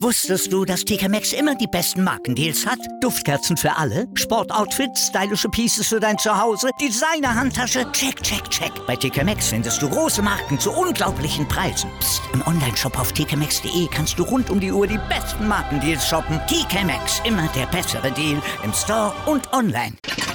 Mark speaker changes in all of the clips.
Speaker 1: Wusstest du, dass TK Maxx immer die besten Markendeals hat? Duftkerzen für alle, Sportoutfits, stylische Pieces für dein Zuhause, Designer-Handtasche, check, check, check. Bei TK Maxx findest du große Marken zu unglaublichen Preisen. Psst. Im Onlineshop auf tkmaxx.de kannst du rund um die Uhr die besten Markendeals shoppen. TK Maxx, immer der bessere Deal im Store und online.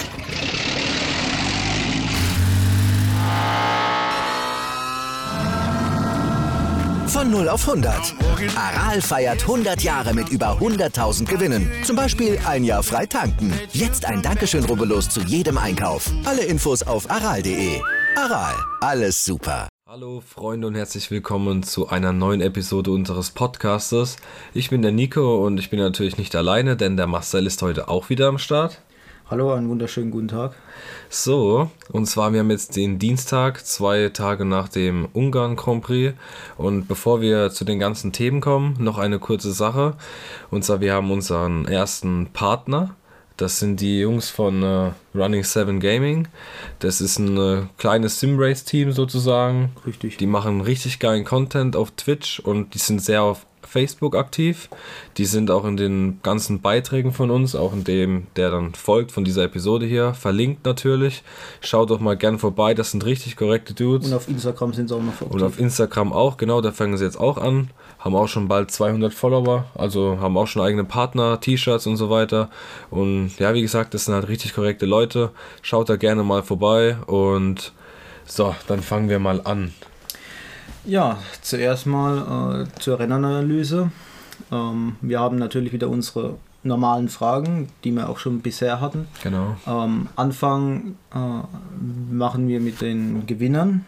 Speaker 2: Von 0 auf 100. Aral feiert 100 Jahre mit über 100.000 Gewinnen. Zum Beispiel ein Jahr frei tanken. Jetzt ein Dankeschön, rubbellos zu jedem Einkauf. Alle Infos auf aral.de. Aral, alles super.
Speaker 3: Hallo Freunde und herzlich willkommen zu einer neuen Episode unseres Podcastes. Ich bin der Nico und ich bin natürlich nicht alleine, denn der Marcel ist heute auch wieder am Start.
Speaker 4: Hallo, einen wunderschönen guten Tag.
Speaker 3: So, und zwar wir haben jetzt den Dienstag, 2 Tage nach dem Ungarn Grand Prix, und bevor wir zu den ganzen Themen kommen, noch eine kurze Sache, und zwar wir haben unseren ersten Partner, das sind die Jungs von Running 7 Gaming. Das ist ein kleines Simrace-Team sozusagen.
Speaker 4: Richtig.
Speaker 3: Die machen richtig geilen Content auf Twitch und die sind sehr auf Facebook aktiv. Die sind auch in den ganzen Beiträgen von uns, auch in dem, der dann folgt von dieser Episode hier, verlinkt natürlich. Schaut doch mal gern vorbei, das sind richtig korrekte Dudes.
Speaker 4: Und auf Instagram sind sie auch noch aktiv.
Speaker 3: Und auf Instagram auch, genau, da fangen sie jetzt auch an. Haben auch schon bald 200 Follower, also haben auch schon eigene Partner, T-Shirts und so weiter. Und ja, wie gesagt, das sind halt richtig korrekte Leute. Schaut da gerne mal vorbei und so, dann fangen wir mal an.
Speaker 4: Ja, zuerst mal zur Rennanalyse. Wir haben natürlich wieder unsere normalen Fragen, die wir auch schon bisher hatten.
Speaker 3: Genau.
Speaker 4: Anfang machen wir mit den Gewinnern.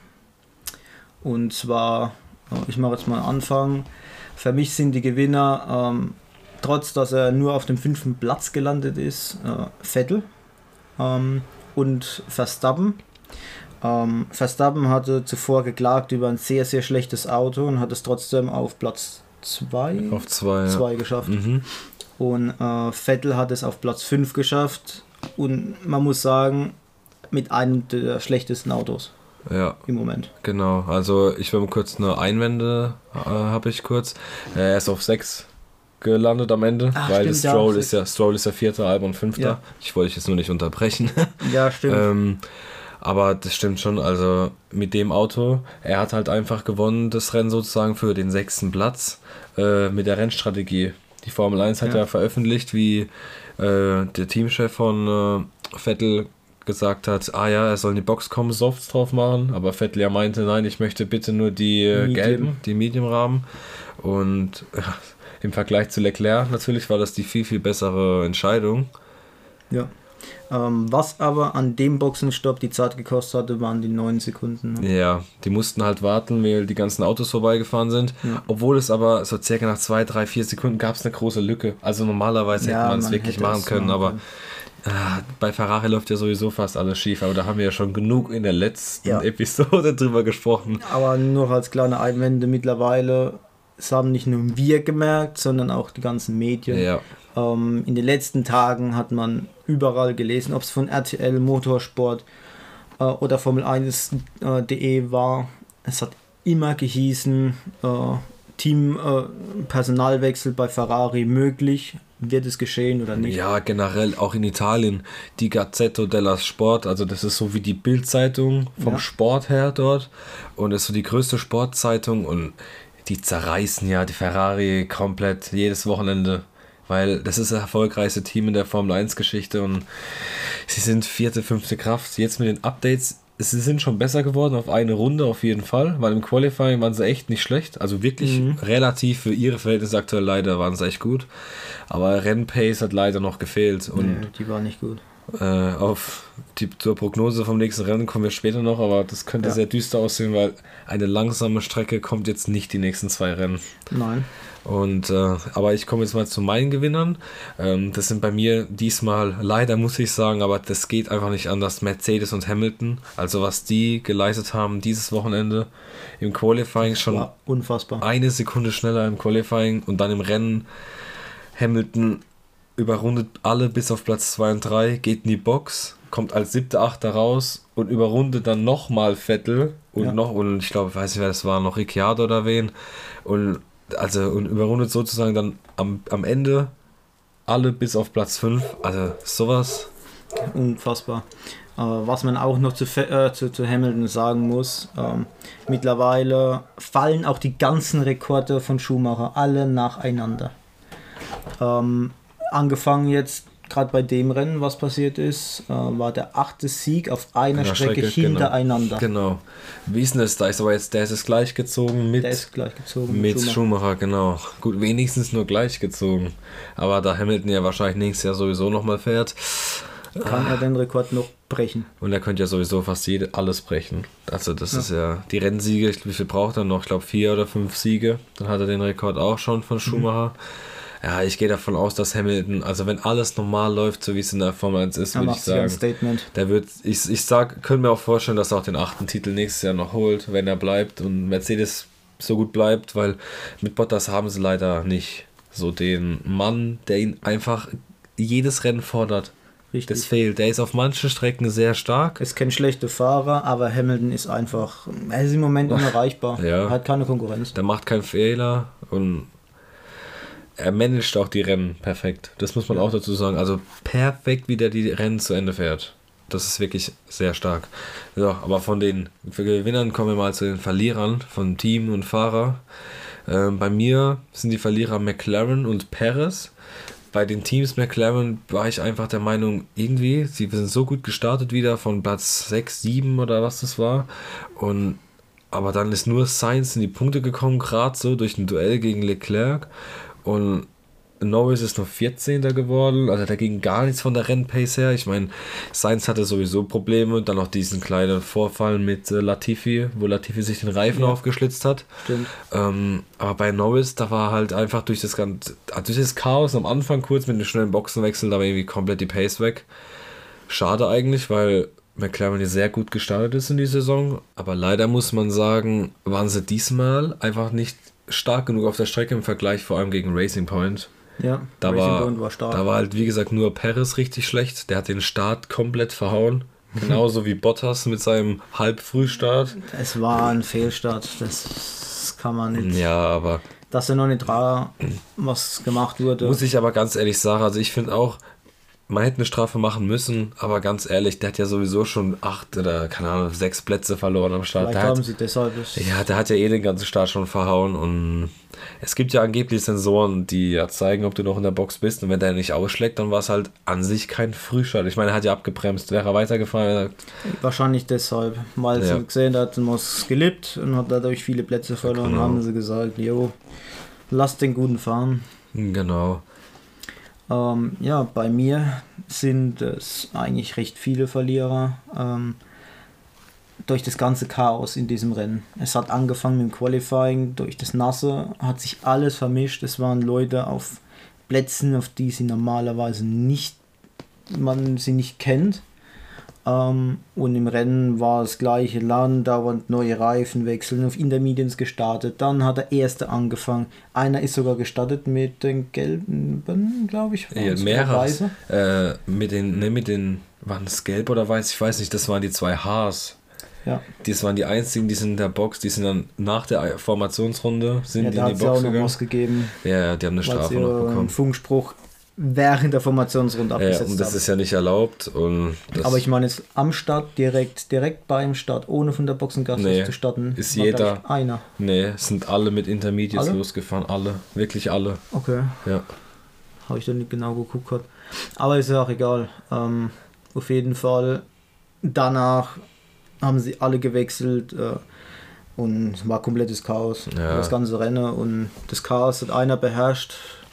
Speaker 4: Und zwar, ich mache jetzt mal Anfang. Für mich sind die Gewinner, trotz dass er nur auf dem 5. Platz gelandet ist, Vettel und Verstappen. Verstappen hatte zuvor geklagt über ein sehr, sehr schlechtes Auto und hat es trotzdem auf Platz 2 geschafft. Mhm. Und Vettel hat es auf Platz 5 geschafft und man muss sagen, mit einem der schlechtesten Autos.
Speaker 3: Ja,
Speaker 4: im Moment.
Speaker 3: Genau, also ich will mal kurz eine Einwände, habe ich kurz. Er ist auf 6 gelandet am Ende, weil stimmt, Stroll ist ja 4., Albon 5. Ja. Ich wollte dich jetzt nur nicht unterbrechen.
Speaker 4: Ja, stimmt.
Speaker 3: Aber das stimmt schon, also mit dem Auto, er hat halt einfach gewonnen, das Rennen sozusagen für den 6. Platz mit der Rennstrategie. Die Formel 1 hat ja veröffentlicht, wie der Teamchef von Vettel gesagt hat, er soll in die Box kommen, Softs drauf machen, aber Vettel ja meinte, nein, ich möchte bitte nur die gelben, die Medium-Rahmen, und im Vergleich zu Leclerc natürlich war das die viel, viel bessere Entscheidung.
Speaker 4: Ja. Was aber an dem Boxenstopp die Zeit gekostet hatte, waren die 9 Sekunden. Ne?
Speaker 3: Ja, die mussten halt warten, weil die ganzen Autos vorbeigefahren sind. Ja. Obwohl es aber so circa nach 2, 3, 4 Sekunden gab es eine große Lücke. Also normalerweise hätte man es wirklich machen können, aber bei Ferrari läuft ja sowieso fast alles schief. Aber da haben wir ja schon genug in der letzten Episode drüber gesprochen.
Speaker 4: Aber nur als kleine Einwände mittlerweile, es haben nicht nur wir gemerkt, sondern auch die ganzen Medien.
Speaker 3: Ja.
Speaker 4: In den letzten Tagen hat man überall gelesen, ob es von RTL, Motorsport oder Formel1.de war. Es hat immer gehießen, Personalwechsel bei Ferrari möglich. Wird es geschehen oder nicht?
Speaker 3: Ja, generell auch in Italien. Die Gazzetta dello Sport, also das ist so wie die Bild-Zeitung vom Sport her dort. Und das ist so die größte Sportzeitung und die zerreißen ja die Ferrari komplett jedes Wochenende. Weil das ist das erfolgreichste Team in der Formel 1 Geschichte und sie sind 4., 5. Kraft. Jetzt mit den Updates, sie sind schon besser geworden auf eine Runde auf jeden Fall, weil im Qualifying waren sie echt nicht schlecht. Also wirklich relativ für ihre Verhältnisse aktuell leider waren sie echt gut. Aber Rennpace hat leider noch gefehlt. Und
Speaker 4: die war nicht gut.
Speaker 3: Zur Prognose vom nächsten Rennen kommen wir später noch, aber das könnte sehr düster aussehen, weil eine langsame Strecke kommt jetzt nicht die nächsten 2 Rennen.
Speaker 4: Nein.
Speaker 3: Und aber ich komme jetzt mal zu meinen Gewinnern. Das sind bei mir diesmal leider, muss ich sagen, aber das geht einfach nicht anders. Mercedes und Hamilton, also was die geleistet haben dieses Wochenende im Qualifying, schon
Speaker 4: unfassbar.
Speaker 3: 1 Sekunde schneller im Qualifying und dann im Rennen. Hamilton überrundet alle bis auf Platz 2 und 3, geht in die Box, kommt als 7., 8. raus und überrundet dann nochmal Vettel und und ich glaube, weiß nicht, wer das war, noch Ricciardo oder wen, und Also und überrundet sozusagen dann am Ende alle bis auf Platz 5. Also sowas.
Speaker 4: Unfassbar. Was man auch noch zu Hamilton sagen muss, mittlerweile fallen auch die ganzen Rekorde von Schumacher alle nacheinander. Angefangen jetzt gerade bei dem Rennen, was passiert ist, war der 8. Sieg auf einer Strecke hintereinander.
Speaker 3: Genau. Wie ist denn das? Da ist aber jetzt, der ist es gleichgezogen mit Schumacher, genau. Gut, wenigstens nur gleichgezogen. Aber da Hamilton ja wahrscheinlich nächstes Jahr sowieso nochmal fährt,
Speaker 4: kann er den Rekord noch brechen.
Speaker 3: Und er könnte ja sowieso fast alles brechen. Also das ist ja die Rennsiege, wie viel braucht er noch? Ich glaube 4 oder 5 Siege. Dann hat er den Rekord auch schon von Schumacher. Ja, ich gehe davon aus, dass Hamilton, also wenn alles normal läuft, so wie es in der Formel 1 ist, würde ich sagen,
Speaker 4: ein Statement.
Speaker 3: Der wird, könnte mir auch vorstellen, dass er auch den 8. Titel nächstes Jahr noch holt, wenn er bleibt und Mercedes so gut bleibt, weil mit Bottas haben sie leider nicht so den Mann, der ihn einfach jedes Rennen fordert. Richtig. Das fehlt. Der ist auf manchen Strecken sehr stark.
Speaker 4: Ist kein schlechter Fahrer, aber Hamilton ist einfach, er ist im Moment unerreichbar.
Speaker 3: Ja.
Speaker 4: Er hat keine Konkurrenz.
Speaker 3: Der macht keinen Fehler und er managt auch die Rennen perfekt. Das muss man auch dazu sagen. Also perfekt, wie der die Rennen zu Ende fährt. Das ist wirklich sehr stark. So, aber von den Gewinnern kommen wir mal zu den Verlierern von Team und Fahrer. Bei mir sind die Verlierer McLaren und Perez. Bei den Teams McLaren war ich einfach der Meinung, irgendwie, sie sind so gut gestartet wieder von Platz 6, 7 oder was das war. Aber dann ist nur Sainz in die Punkte gekommen, gerade so durch ein Duell gegen Leclerc. Und Norris ist noch 14. geworden, also da ging gar nichts von der Rennpace her. Ich meine, Sainz hatte sowieso Probleme und dann noch diesen kleinen Vorfall mit Latifi, wo Latifi sich den Reifen aufgeschlitzt hat.
Speaker 4: Stimmt.
Speaker 3: Aber bei Norris, da war halt einfach durch das Chaos am Anfang kurz mit einem schnellen Boxenwechsel, da war irgendwie komplett die Pace weg. Schade eigentlich, weil McLaren sehr gut gestartet ist in die Saison, aber leider muss man sagen, waren sie diesmal einfach nicht stark genug auf der Strecke im Vergleich vor allem gegen Racing Point.
Speaker 4: Ja,
Speaker 3: Racing Point war stark. Da war halt wie gesagt nur Perez richtig schlecht, der hat den Start komplett verhauen, genauso wie Bottas mit seinem Halbfrühstart.
Speaker 4: Es war ein Fehlstart, das kann man nicht.
Speaker 3: Ja, aber
Speaker 4: dass er noch nicht was gemacht wurde.
Speaker 3: Muss ich aber ganz ehrlich sagen, also ich finde auch, man hätte eine Strafe machen müssen, aber ganz ehrlich, der hat ja sowieso schon 8 oder, keine Ahnung, 6 Plätze verloren am Start.
Speaker 4: Vielleicht haben sie deshalb.
Speaker 3: Ja, der hat ja den ganzen Start schon verhauen und es gibt ja angeblich Sensoren, die ja zeigen, ob du noch in der Box bist und wenn der nicht ausschlägt, dann war es halt an sich kein Frühstart. Ich meine, er hat ja abgebremst, wäre er weitergefahren.
Speaker 4: Wahrscheinlich deshalb, weil sie gesehen hat, muss gelippt und hat dadurch viele Plätze verloren, genau. Haben sie gesagt, jo, lass den Guten fahren.
Speaker 3: Genau.
Speaker 4: Ja, bei mir sind es eigentlich recht viele Verlierer durch das ganze Chaos in diesem Rennen. Es hat angefangen mit dem Qualifying, durch das Nasse hat sich alles vermischt. Es waren Leute auf Plätzen, auf die sie normalerweise man sie nicht kennt. Und im Rennen war das gleiche Land, dauernd neue Reifen wechseln, auf Intermediates gestartet, dann hat der erste angefangen. Einer ist sogar gestartet mit den gelben, glaube ich.
Speaker 3: Ja, mehrere. Mit den, waren es gelb oder weiß? Ich weiß nicht, das waren die 2 Haas. Ja. Das waren die einzigen, die sind in der Box, die sind dann nach der Formationsrunde in die Box
Speaker 4: auch noch was gegeben.
Speaker 3: Ja, die haben eine Strafe noch bekommen.
Speaker 4: Funkspruch während der Formationsrunde abgesetzt.
Speaker 3: Ja, und das ist ja nicht erlaubt.
Speaker 4: Aber ich meine jetzt am Start, direkt beim Start, ohne von der Boxengasse zu starten,
Speaker 3: ist jeder
Speaker 4: einer.
Speaker 3: Nee, sind alle mit Intermediates losgefahren, alle, wirklich alle.
Speaker 4: Okay.
Speaker 3: Ja.
Speaker 4: Habe ich da nicht genau geguckt. Aber ist ja auch egal. Auf jeden Fall, danach haben sie alle gewechselt und es war komplettes Chaos. Ja. Das ganze Rennen und das Chaos hat einer beherrscht.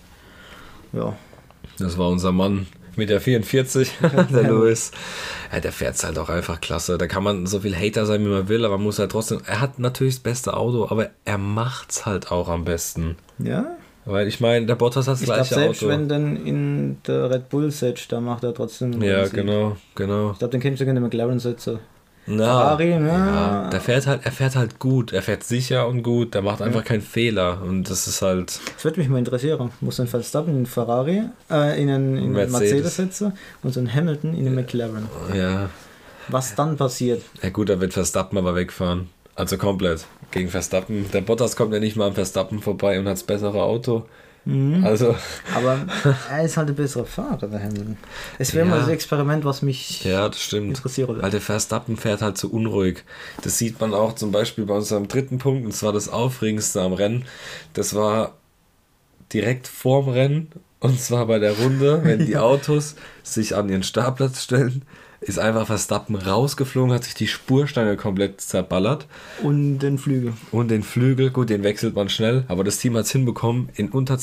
Speaker 4: Ja.
Speaker 3: Das war unser Mann mit der 44, der Lewis. Ja, der fährt halt auch einfach klasse. Da kann man so viel Hater sein, wie man will, aber man muss halt trotzdem. Er hat natürlich das beste Auto, aber er macht's halt auch am besten.
Speaker 4: Ja.
Speaker 3: Weil ich meine, der Bottas hat das gleiche Auto.
Speaker 4: Selbst wenn dann in der Red Bull sitzt, da macht er trotzdem.
Speaker 3: Ja, genau.
Speaker 4: Ich glaube, den kennst du gerne den McLaren sitze.
Speaker 3: Ferrari, ja, er fährt halt gut, er fährt sicher und gut, der macht einfach keinen Fehler und das ist halt...
Speaker 4: Das würde mich mal interessieren, muss ein Verstappen in einen Ferrari, in einen Mercedes setzen und so ein Hamilton in einen McLaren.
Speaker 3: Ja.
Speaker 4: Was dann passiert?
Speaker 3: Ja gut, da wird Verstappen aber wegfahren. Also komplett. Gegen Verstappen. Der Bottas kommt ja nicht mal am Verstappen vorbei und hat das bessere Auto. Also.
Speaker 4: Aber er ist halt ein besserer Fahrer, der Hamilton. Es wäre mal das Experiment, was mich
Speaker 3: das stimmt.
Speaker 4: interessiert.
Speaker 3: Weil der Verstappen fährt halt so unruhig. Das sieht man auch zum Beispiel bei unserem dritten Punkt, und zwar das Aufregendste am Rennen. Das war direkt vorm Rennen, und zwar bei der Runde, wenn die Autos sich an ihren Startplatz stellen, ist einfach Verstappen rausgeflogen, hat sich die Spursteine komplett zerballert.
Speaker 4: Und den Flügel.
Speaker 3: Gut, den wechselt man schnell, aber das Team hat es hinbekommen, in unter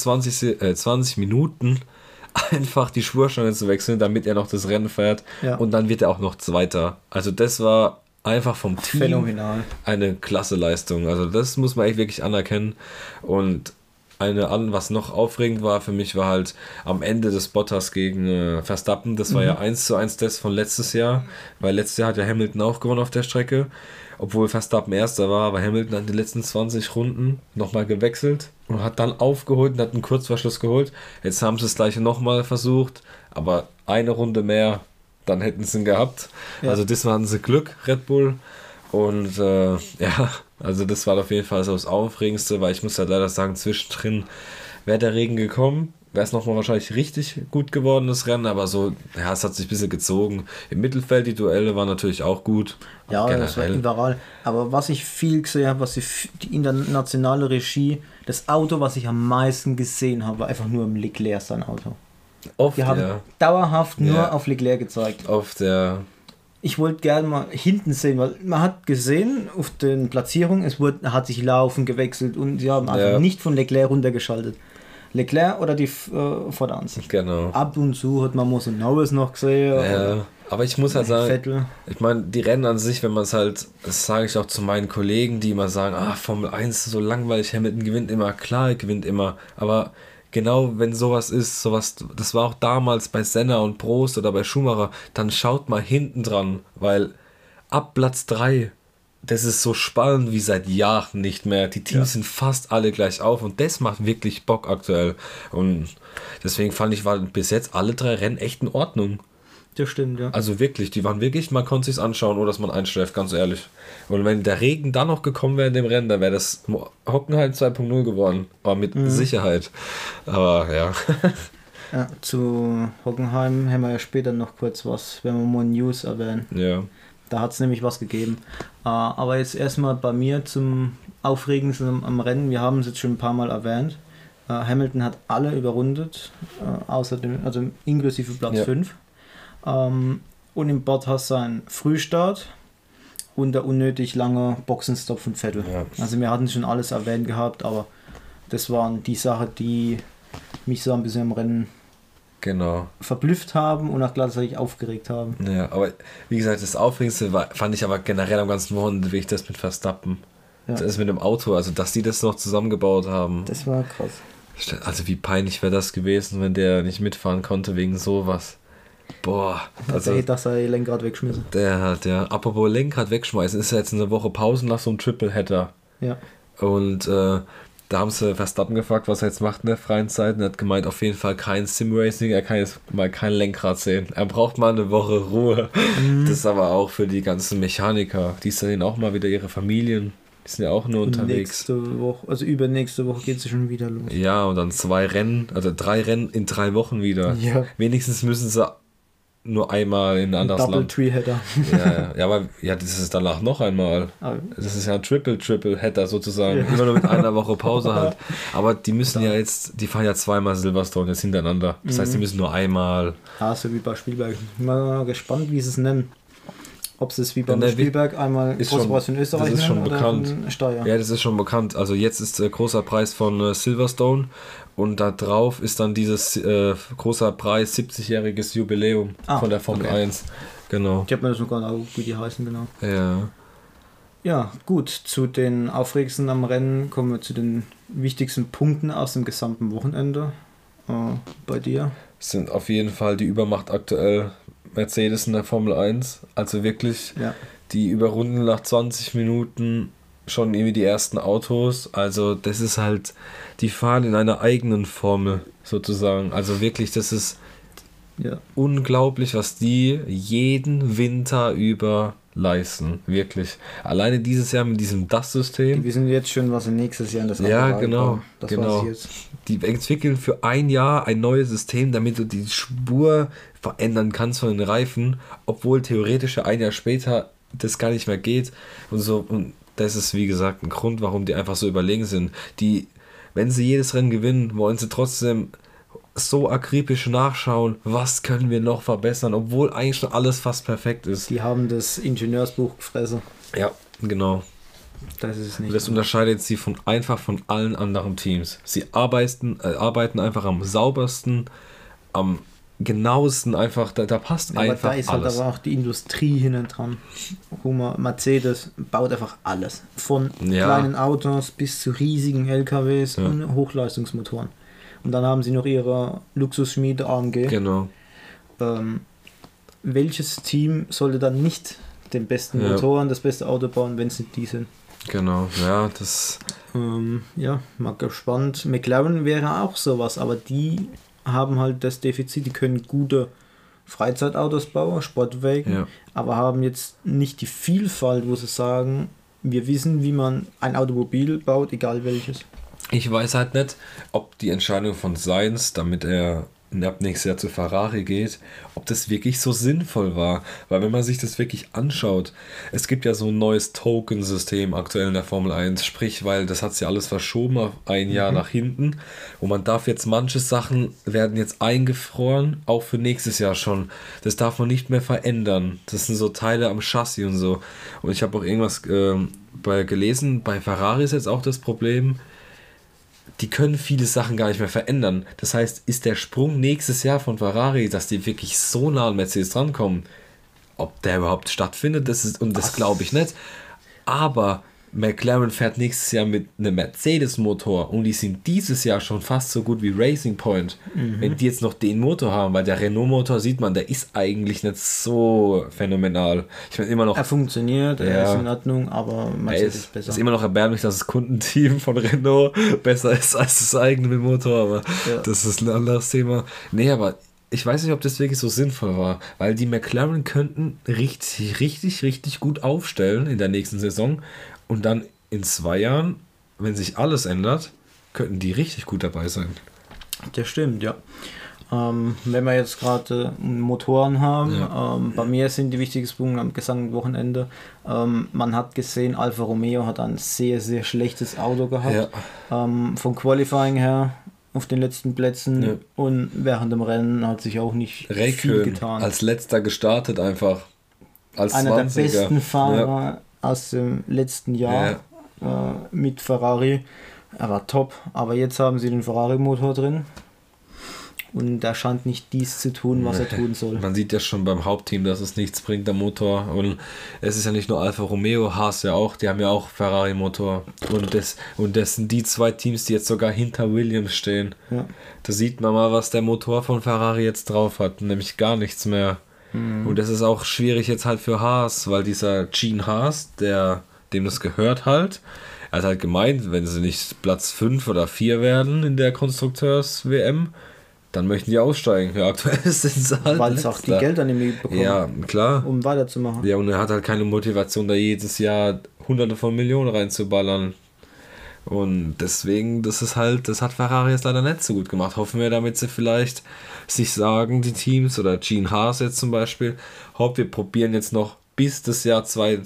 Speaker 3: 20 Minuten einfach die Spursteine zu wechseln, damit er noch das Rennen fährt. Ja. Und dann wird er auch noch Zweiter. Also das war einfach vom Team
Speaker 4: phänomenal.
Speaker 3: Eine klasse Leistung. Also das muss man echt wirklich anerkennen. Und was noch aufregend war für mich, war halt am Ende des Bottas gegen Verstappen. Das war ja 1:1 das von letztes Jahr, weil letztes Jahr hat ja Hamilton auch gewonnen auf der Strecke, obwohl Verstappen Erster war, aber Hamilton hat in den letzten 20 Runden nochmal gewechselt und hat dann aufgeholt und hat einen Kurzverschluss geholt. Jetzt haben sie das gleiche nochmal versucht, aber eine Runde mehr, dann hätten sie ihn gehabt. Ja. Also diesmal hatten sie Glück, Red Bull. Und also das war auf jeden Fall so das Aufregendste, weil ich muss halt leider sagen, zwischendrin wäre der Regen gekommen, wäre es nochmal wahrscheinlich richtig gut geworden, das Rennen, aber so, es hat sich ein bisschen gezogen. Im Mittelfeld, die Duelle waren natürlich auch gut.
Speaker 4: Ja, das war überall. Aber was ich viel gesehen habe, die internationale Regie, das Auto, was ich am meisten gesehen habe, war einfach nur im Leclerc sein Auto. Die haben dauerhaft nur auf Leclerc gezeigt. Ich wollte gerne mal hinten sehen, weil man hat gesehen auf den Platzierungen, hat sich Laufen gewechselt und sie haben einfach nicht von Leclerc runtergeschaltet. Leclerc oder die Vorderansicht.
Speaker 3: Genau.
Speaker 4: Ab und zu hat man Moss und Norris noch gesehen.
Speaker 3: Ja, aber ich muss halt sagen, ich meine, die Rennen an sich, wenn man es halt, das sage ich auch zu meinen Kollegen, die immer sagen, Formel 1 ist so langweilig, Hamilton gewinnt immer, klar, er gewinnt immer, aber genau, wenn sowas ist, das war auch damals bei Senna und Prost oder bei Schumacher, dann schaut mal hinten dran, weil ab Platz 3, das ist so spannend wie seit Jahren nicht mehr. Die Teams sind fast alle gleich auf und das macht wirklich Bock aktuell. Und deswegen fand ich, waren bis jetzt alle 3 Rennen echt in Ordnung.
Speaker 4: Das stimmt, ja.
Speaker 3: Also wirklich, die waren wirklich, man konnte sich's anschauen, oder dass man einschläft, ganz ehrlich. Und wenn der Regen dann noch gekommen wäre in dem Rennen, dann wäre das Hockenheim 2.0 geworden. Aber mit Sicherheit. Aber ja.
Speaker 4: Ja, zu Hockenheim haben wir ja später noch kurz was, wenn wir mal News erwähnen.
Speaker 3: Ja.
Speaker 4: Da hat es nämlich was gegeben. Aber jetzt erstmal bei mir zum Aufregendsten am Rennen. Wir haben es jetzt schon ein paar Mal erwähnt. Hamilton hat alle überrundet, also inklusive Platz 5. Und im Bottas sein Frühstart und der unnötig lange Boxenstopp von Vettel. Ja. Also wir hatten schon alles erwähnt gehabt, aber das waren die Sachen, die mich so ein bisschen im Rennen verblüfft haben und auch gleichzeitig aufgeregt haben.
Speaker 3: Ja, aber wie gesagt, das Aufregendste fand ich aber generell am ganzen Wochenende wirklich das mit Verstappen. Ja. Das mit dem Auto, also dass die das noch zusammengebaut haben.
Speaker 4: Das war krass.
Speaker 3: Also wie peinlich wäre das gewesen, wenn der nicht mitfahren konnte wegen sowas. Boah.
Speaker 4: Also dass er Lenkrad wegschmissen.
Speaker 3: Apropos Lenkrad wegschmeißen, ist ja jetzt eine Woche Pause nach so einem Triple-Header.
Speaker 4: Ja.
Speaker 3: Und da haben sie Verstappen gefragt, was er jetzt macht in der freien Zeit, und er hat gemeint, auf jeden Fall kein Sim-Racing, er kann jetzt mal kein Lenkrad sehen. Er braucht mal eine Woche Ruhe. Das ist aber auch für die ganzen Mechaniker, die sehen auch mal wieder ihre Familien, die sind ja auch nur unterwegs.
Speaker 4: Übernächste Woche geht es schon wieder los.
Speaker 3: Ja, und dann 3 Rennen in 3 Wochen wieder. Ja. Wenigstens müssen sie nur einmal in ein anderes
Speaker 4: Double
Speaker 3: Land.
Speaker 4: Tree-Header.
Speaker 3: Ja, aber das ist danach noch einmal. Das ist ja ein Triple-Header sozusagen. Immer nur mit einer Woche Pause halt. Aber die müssen die fahren ja 2-mal Silverstone jetzt hintereinander. Das heißt, die müssen nur einmal.
Speaker 4: So wie bei Spielberg. Ich bin mal gespannt, wie sie es nennen. Ob es ist wie beim Spielberg einmal großer Preis von Österreich
Speaker 3: das ist schon bekannt.
Speaker 4: Steyr.
Speaker 3: Ja, das ist schon bekannt. Also jetzt ist großer Preis von Silverstone und da drauf ist dann dieses großer Preis 70-jähriges Jubiläum von der Formel 1. Genau.
Speaker 4: Ich habe mir das noch gar nicht, wie die heißen, genau.
Speaker 3: Ja.
Speaker 4: Ja, gut. Zu den Aufregendsten am Rennen kommen wir zu den wichtigsten Punkten aus dem gesamten Wochenende. Bei dir?
Speaker 3: Es sind auf jeden Fall die Übermacht aktuell Mercedes in der Formel 1, also wirklich, die überrunden nach 20 Minuten schon irgendwie die ersten Autos, also das ist halt, die fahren in einer eigenen Formel sozusagen, also wirklich, das ist unglaublich, was die jeden Winter über leisten, wirklich. Alleine dieses Jahr mit diesem DAS-System.
Speaker 4: Die wissen jetzt schon, was sie nächstes Jahr in das Auto
Speaker 3: Ja,
Speaker 4: reinbauen.
Speaker 3: genau.
Speaker 4: Weiß ich jetzt.
Speaker 3: Die entwickeln für ein Jahr ein neues System, damit du die Spur verändern kannst von den Reifen, obwohl theoretisch ein Jahr später das gar nicht mehr geht und so. Und das ist, wie gesagt, ein Grund, warum die einfach so überlegen sind. Die, wenn sie jedes Rennen gewinnen, wollen sie trotzdem so akribisch nachschauen, was können wir noch verbessern, obwohl eigentlich schon alles fast perfekt ist.
Speaker 4: Die haben das Ingenieursbuch gefressen.
Speaker 3: Ja, genau.
Speaker 4: Das ist nicht.
Speaker 3: Und das unterscheidet sie von allen anderen Teams. Sie arbeiten einfach am saubersten, am genauesten, einfach, da passt
Speaker 4: aber
Speaker 3: einfach
Speaker 4: da ist
Speaker 3: alles.
Speaker 4: halt aber auch die Industrie hinten dran. Mercedes baut einfach alles. Von kleinen Autos bis zu riesigen LKWs und Hochleistungsmotoren. Und dann haben sie noch ihre Luxusschmiede AMG.
Speaker 3: Genau.
Speaker 4: Welches Team sollte dann nicht den besten Motoren, das beste Auto bauen, wenn es nicht die sind?
Speaker 3: Genau, ja, das...
Speaker 4: mal gespannt. McLaren wäre auch sowas, aber die haben halt das Defizit, die können gute Freizeitautos bauen, Sportwagen, aber haben jetzt nicht die Vielfalt, wo sie sagen, wir wissen, wie man ein Automobil baut, egal welches.
Speaker 3: Ich weiß halt nicht, ob die Entscheidung von Sainz, damit er ab nächstes Jahr zu Ferrari geht, ob das wirklich so sinnvoll war. Weil wenn man sich das wirklich anschaut, es gibt ja so ein neues Token-System aktuell in der Formel 1, sprich, weil das hat sich alles verschoben auf ein Jahr nach hinten und man darf jetzt, manche Sachen werden jetzt eingefroren, auch für nächstes Jahr schon. Das darf man nicht mehr verändern. Das sind so Teile am Chassis und so. Und ich habe auch irgendwas gelesen, bei Ferrari ist jetzt auch das Problem, die können viele Sachen gar nicht mehr verändern. Das heißt, ist der Sprung nächstes Jahr von Ferrari, dass die wirklich so nah an Mercedes drankommen, ob der überhaupt stattfindet, das glaube ich nicht. Aber McLaren fährt nächstes Jahr mit einem Mercedes-Motor und die sind dieses Jahr schon fast so gut wie Racing Point, wenn die jetzt noch den Motor haben, weil der Renault-Motor, sieht man, der ist eigentlich nicht so phänomenal. Ich meine immer noch...
Speaker 4: Er funktioniert, er ist in Ordnung, aber Mercedes ist besser.
Speaker 3: Es ist immer noch erbärmlich, dass das Kundenteam von Renault besser ist als das eigene mit Motor, aber das ist ein anderes Thema. Nee, aber ich weiß nicht, ob das wirklich so sinnvoll war, weil die McLaren könnten richtig gut aufstellen in der nächsten Saison. Und dann in 2 Jahren, wenn sich alles ändert, könnten die richtig gut dabei sein.
Speaker 4: Das stimmt, ja. Wenn wir jetzt gerade Motoren haben, bei mir sind die wichtigsten Punkte am gesamten Wochenende. Man hat gesehen, Alfa Romeo hat ein sehr, sehr schlechtes Auto gehabt. Ja. Vom Qualifying her auf den letzten Plätzen und während dem Rennen hat sich auch nicht viel getan.
Speaker 3: Als letzter gestartet einfach. Als
Speaker 4: einer
Speaker 3: 20er.
Speaker 4: Der besten Fahrer aus dem letzten Jahr mit Ferrari. Er war top, aber jetzt haben sie den Ferrari-Motor drin und er scheint nicht dies zu tun, was er tun soll.
Speaker 3: Man sieht ja schon beim Hauptteam, dass es nichts bringt, der Motor. Und es ist ja nicht nur Alfa Romeo, Haas ja auch, die haben ja auch Ferrari-Motor. Und das sind die 2 Teams, die jetzt sogar hinter Williams stehen. Ja. Da sieht man mal, was der Motor von Ferrari jetzt drauf hat, nämlich gar nichts mehr. Und das ist auch schwierig jetzt halt für Haas, weil dieser Gene Haas, dem das gehört halt, er hat halt gemeint, wenn sie nicht Platz 5 oder 4 werden in der Konstrukteurs-WM, dann möchten die aussteigen. Ja, aktuell sind sie halt
Speaker 4: weil es auch die Gelder bekommen.
Speaker 3: Ja, klar.
Speaker 4: Um weiterzumachen.
Speaker 3: Ja, und er hat halt keine Motivation, da jedes Jahr Hunderte von Millionen reinzuballern. Und deswegen, das hat Ferrari jetzt leider nicht so gut gemacht. Hoffen wir, damit sie vielleicht sich sagen, die Teams oder Gene Haas jetzt zum Beispiel, wir probieren jetzt noch bis das Jahr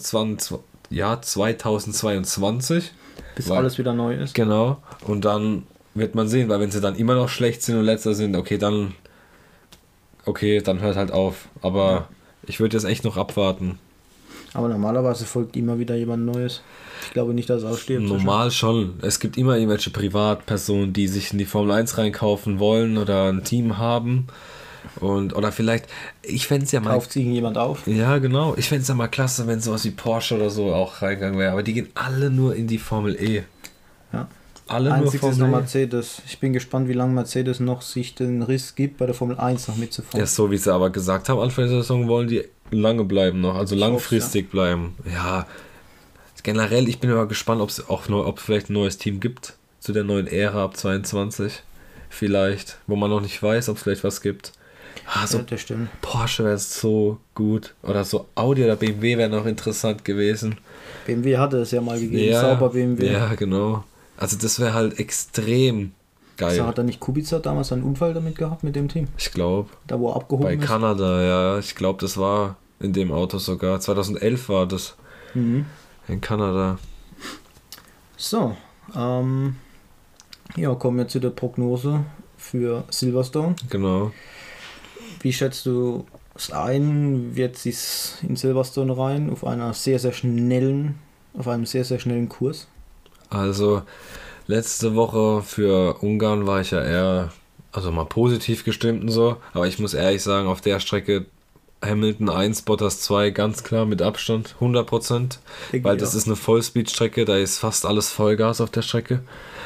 Speaker 3: 2022.
Speaker 4: Bis alles wieder neu ist.
Speaker 3: Genau. Und dann wird man sehen, weil wenn sie dann immer noch schlecht sind und letzter sind, dann hört halt auf. Aber ich würde jetzt echt noch abwarten.
Speaker 4: Aber normalerweise folgt immer wieder jemand Neues. Ich glaube nicht, dass es ausstirbt.
Speaker 3: Normal schon. Es gibt immer irgendwelche Privatpersonen, die sich in die Formel 1 reinkaufen wollen oder ein Team haben. Oder vielleicht, ich fände es ja mal...
Speaker 4: Kauft sich jemand auf?
Speaker 3: Ja, genau. Ich fände es ja mal klasse, wenn sowas wie Porsche oder so auch reingegangen wäre. Aber die gehen alle nur in die Formel E.
Speaker 4: Ja.
Speaker 3: Alle
Speaker 4: Einzig
Speaker 3: nur
Speaker 4: ist noch Mercedes. Ich bin gespannt, wie lange Mercedes noch sich den Riss gibt, bei der Formel 1 noch mitzufahren.
Speaker 3: Ja, so wie sie aber gesagt haben, Anfang der Saison wollen die lange bleiben noch, also langfristig bleiben. Ja, generell, ich bin immer gespannt, ob es vielleicht ein neues Team gibt zu der neuen Ära ab 22. Vielleicht, wo man noch nicht weiß, ob es vielleicht was gibt. So
Speaker 4: das stimmt.
Speaker 3: Porsche wäre so gut. Oder so Audi oder BMW wäre noch interessant gewesen.
Speaker 4: BMW hatte es ja mal gegeben, sauber BMW.
Speaker 3: Ja, genau. Also das wäre halt extrem geil.
Speaker 4: Also hat da nicht Kubica damals einen Unfall damit gehabt mit dem Team?
Speaker 3: Ich glaube.
Speaker 4: Da wo er abgehoben ist?
Speaker 3: Bei Kanada, ja. Ich glaube, das war in dem Auto sogar. 2011 war das. In Kanada.
Speaker 4: So, kommen wir zu der Prognose für Silverstone.
Speaker 3: Genau.
Speaker 4: Wie schätzt du es ein? Wird es in Silverstone rein auf einem sehr, sehr schnellen Kurs?
Speaker 3: Also letzte Woche für Ungarn war ich ja eher, also mal positiv gestimmt und so, aber ich muss ehrlich sagen, auf der Strecke Hamilton 1, Bottas 2, ganz klar mit Abstand, 100%, weil das ist eine Vollspeed-Strecke, da ist fast alles Vollgas auf der Strecke.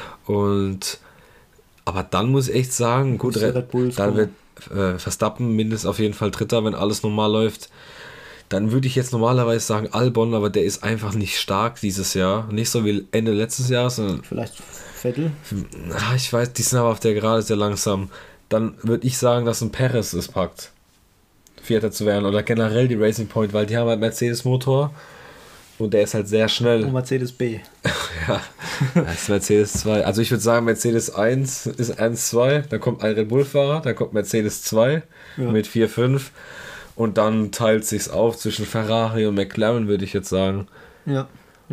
Speaker 3: Aber dann muss ich echt sagen, gut, dann wird Verstappen mindestens auf jeden Fall Dritter, wenn alles normal läuft. Dann würde ich jetzt normalerweise sagen Albon, aber der ist einfach nicht stark dieses Jahr. Nicht so wie Ende letztes Jahres, sondern
Speaker 4: vielleicht Vettel?
Speaker 3: Ich weiß, die sind aber auf der Gerade sehr langsam. Dann würde ich sagen, dass ein Perez es packt, Vierter zu werden. Oder generell die Racing Point, weil die haben halt Mercedes-Motor und der ist halt sehr schnell.
Speaker 4: Und Mercedes B.
Speaker 3: Ja, das ist Mercedes 2. Also ich würde sagen, Mercedes 1 ist 1-2, dann kommt ein Red Bull-Fahrer, dann kommt Mercedes 2 mit 4-5 und dann teilt sich's auf zwischen Ferrari und McLaren, würde ich jetzt sagen.
Speaker 4: Ja.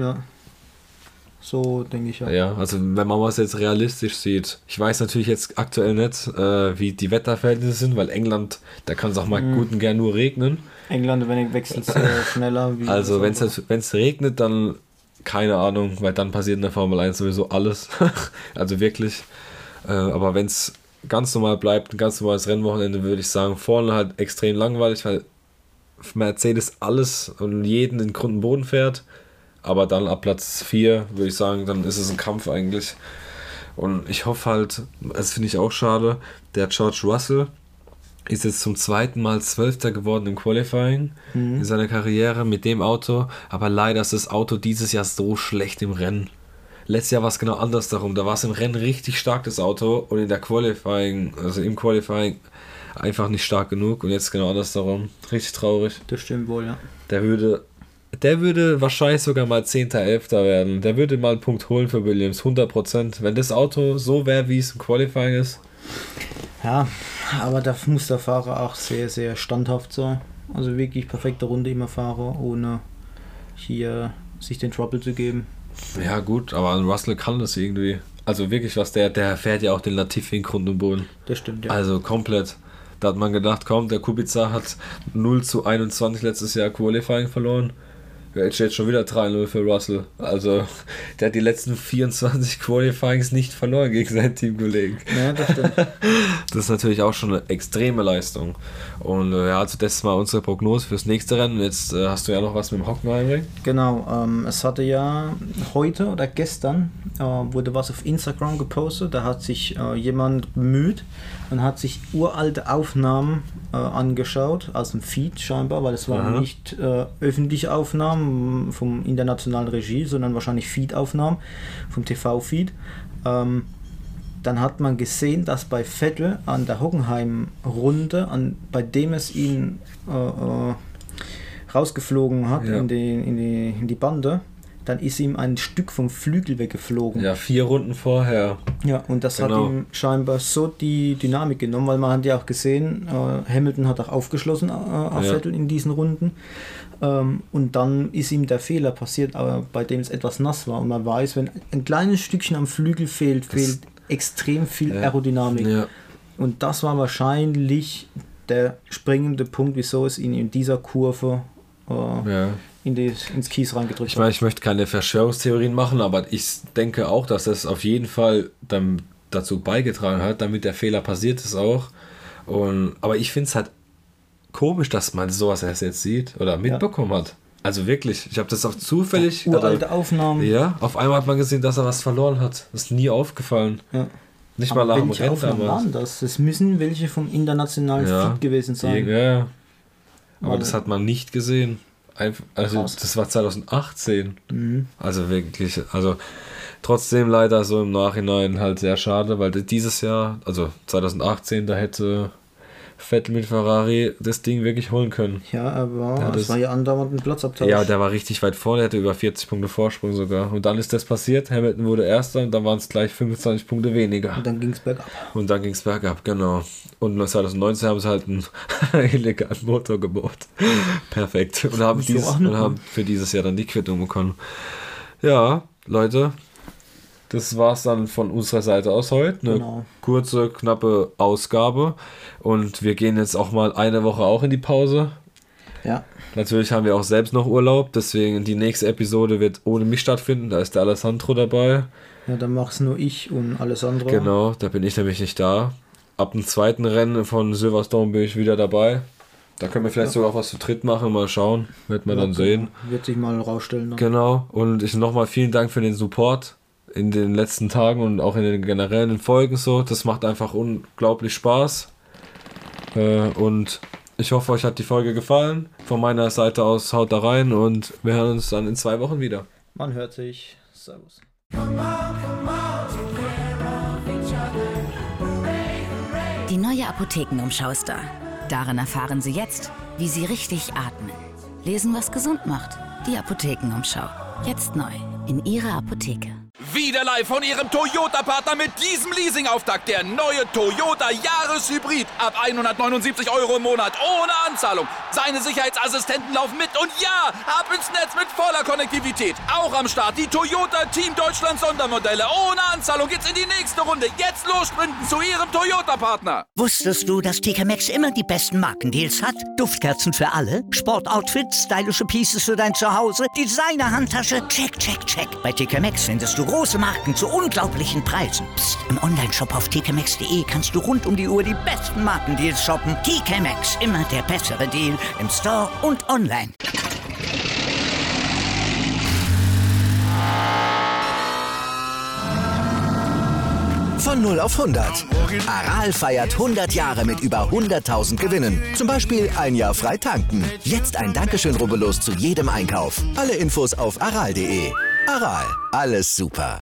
Speaker 4: So denke ich ja.
Speaker 3: Ja, also wenn man was jetzt realistisch sieht. Ich weiß natürlich jetzt aktuell nicht, wie die Wetterverhältnisse sind, weil England, da kann es auch mal gut und gern nur regnen.
Speaker 4: England, wenn wechselt schneller.
Speaker 3: Also wenn es regnet, dann keine Ahnung, weil dann passiert in der Formel 1 sowieso alles. Also wirklich. Aber wenn es ganz normal bleibt, ein ganz normales Rennwochenende, würde ich sagen, vorne halt extrem langweilig, weil Mercedes alles und jeden in Grund und Boden fährt. Aber dann ab Platz 4, würde ich sagen, dann ist es ein Kampf eigentlich. Und ich hoffe halt, das finde ich auch schade, der George Russell ist jetzt zum zweiten Mal 12. geworden im Qualifying in seiner Karriere mit dem Auto. Aber leider ist das Auto dieses Jahr so schlecht im Rennen. Letztes Jahr war es genau anders darum. Da war es im Rennen richtig stark, das Auto. Und in der Qualifying, also im Qualifying, einfach nicht stark genug. Und jetzt genau anders darum. Richtig traurig.
Speaker 4: Das stimmt wohl, ja.
Speaker 3: Der würde wahrscheinlich sogar mal 10., 11. werden. Der würde mal einen Punkt holen für Williams, 100%. Wenn das Auto so wäre, wie es im Qualifying ist.
Speaker 4: Ja, aber da muss der Fahrer auch sehr, sehr standhaft sein. Also wirklich perfekte Runde immer fahren, ohne hier sich den Trouble zu geben.
Speaker 3: Ja gut, aber Russell kann das irgendwie. Also wirklich was, der fährt ja auch den Latifi in Grund und Boden.
Speaker 4: Das stimmt, ja.
Speaker 3: Also komplett. Da hat man gedacht, komm, der Kubica hat 0-21 letztes Jahr Qualifying verloren. Jetzt steht schon wieder 3-0 für Russell. Also, der hat die letzten 24 Qualifyings nicht verloren gegen seinen Teamkollegen.
Speaker 4: Ja, das stimmt.
Speaker 3: Das ist natürlich auch schon eine extreme Leistung. Und also das ist mal unsere Prognose fürs nächste Rennen. Jetzt hast du ja noch was mit dem Hockenheimring.
Speaker 4: Genau, es hatte ja heute oder gestern wurde was auf Instagram gepostet. Da hat sich jemand bemüht und hat sich uralte Aufnahmen angeschaut, aus dem Feed scheinbar, weil es waren nicht öffentliche Aufnahmen vom internationalen Regie, sondern wahrscheinlich Feed-Aufnahmen vom TV-Feed. Dann hat man gesehen, dass bei Vettel an der Hockenheim-Runde, bei dem es ihn rausgeflogen hat in die Bande, dann ist ihm ein Stück vom Flügel weggeflogen.
Speaker 3: Ja, 4 Runden vorher.
Speaker 4: Ja, und das hat ihm scheinbar so die Dynamik genommen, weil man hat ja auch gesehen, Hamilton hat auch aufgeschlossen auf Vettel in diesen Runden. Und dann ist ihm der Fehler passiert, aber bei dem es etwas nass war. Und man weiß, wenn ein kleines Stückchen am Flügel fehlt extrem viel Aerodynamik. Ja. Und das war wahrscheinlich der springende Punkt, wieso es ihn in dieser Kurve ins Kies reingedrückt hat.
Speaker 3: Ich meine, ich möchte keine Verschwörungstheorien machen, aber ich denke auch, dass es auf jeden Fall dann dazu beigetragen hat, damit der Fehler passiert ist auch. Aber ich finde es halt komisch, dass man sowas erst jetzt sieht oder mitbekommen hat. Also wirklich, ich habe das auch zufällig...
Speaker 4: Uralte Aufnahmen.
Speaker 3: Ja, auf einmal hat man gesehen, dass er was verloren hat. Das ist nie aufgefallen. Ja. Nicht aber mal nach dem Rennen damals.
Speaker 4: Das müssen welche vom internationalen Feed gewesen sein.
Speaker 3: Ja, aber das hat man nicht gesehen. Also das war 2018. Also wirklich, trotzdem leider so im Nachhinein halt sehr schade, weil dieses Jahr, also 2018, da hätte Vettel mit Ferrari das Ding wirklich holen können.
Speaker 4: Ja, aber das war ja andauernd ein Platzabtausch.
Speaker 3: Ja, der war richtig weit vorne, der hatte über 40 Punkte Vorsprung sogar. Und dann ist das passiert, Hamilton wurde Erster und dann waren es gleich 25 Punkte weniger.
Speaker 4: Und dann ging es
Speaker 3: bergab. Genau. Und 2019 haben sie halt einen illegalen Motor gebaut. Perfekt. Und haben für dieses Jahr dann die Quittung bekommen. Ja, Leute, das war's dann von unserer Seite aus heute. Eine kurze, knappe Ausgabe. Und wir gehen jetzt auch mal eine Woche auch in die Pause.
Speaker 4: Ja.
Speaker 3: Natürlich haben wir auch selbst noch Urlaub, deswegen die nächste Episode wird ohne mich stattfinden. Da ist der Alessandro dabei.
Speaker 4: Ja, dann mach's nur ich und Alessandro.
Speaker 3: Genau, da bin ich nämlich nicht da. Ab dem zweiten Rennen von Silverstone bin ich wieder dabei. Da können wir vielleicht sogar auch was zu dritt machen, mal schauen. Wird man dann sehen.
Speaker 4: Wird sich mal rausstellen. Dann.
Speaker 3: Genau, und ich nochmal vielen Dank für den Support in den letzten Tagen und auch in den generellen Folgen so. Das macht einfach unglaublich Spaß. Und ich hoffe, euch hat die Folge gefallen. Von meiner Seite aus haut da rein und wir hören uns dann in 2 Wochen wieder.
Speaker 4: Man hört sich. Servus.
Speaker 5: Die neue Apothekenumschau ist da. Darin erfahren Sie jetzt, wie Sie richtig atmen. Lesen, was gesund macht. Die Apothekenumschau. Jetzt neu in Ihrer Apotheke.
Speaker 6: Wieder live von Ihrem Toyota-Partner mit diesem Leasing-Auftakt. Der neue Toyota Jahreshybrid. Ab 179 € im Monat. Ohne Anzahlung. Seine Sicherheitsassistenten laufen mit. Und ja, ab ins Netz mit voller Konnektivität. Auch am Start die Toyota Team Deutschland Sondermodelle. Ohne Anzahlung geht's in die nächste Runde. Jetzt los sprinten zu Ihrem Toyota-Partner.
Speaker 1: Wusstest du, dass TK Maxx immer die besten Markendeals hat? Duftkerzen für alle, Sportoutfits, stylische Pieces für dein Zuhause, Designer-Handtasche, check, check, check. Bei TK Maxx findest du große Marken zu unglaublichen Preisen. Psst. Im Onlineshop auf tkmaxx.de kannst du rund um die Uhr die besten Markendeals shoppen. TK Maxx, immer der bessere Deal im Store und online.
Speaker 2: Von 0 auf 100. Aral feiert 100 Jahre mit über 100.000 Gewinnen. Zum Beispiel ein Jahr frei tanken. Jetzt ein Dankeschön, rubbellos zu jedem Einkauf. Alle Infos auf aral.de. Aral, alles super.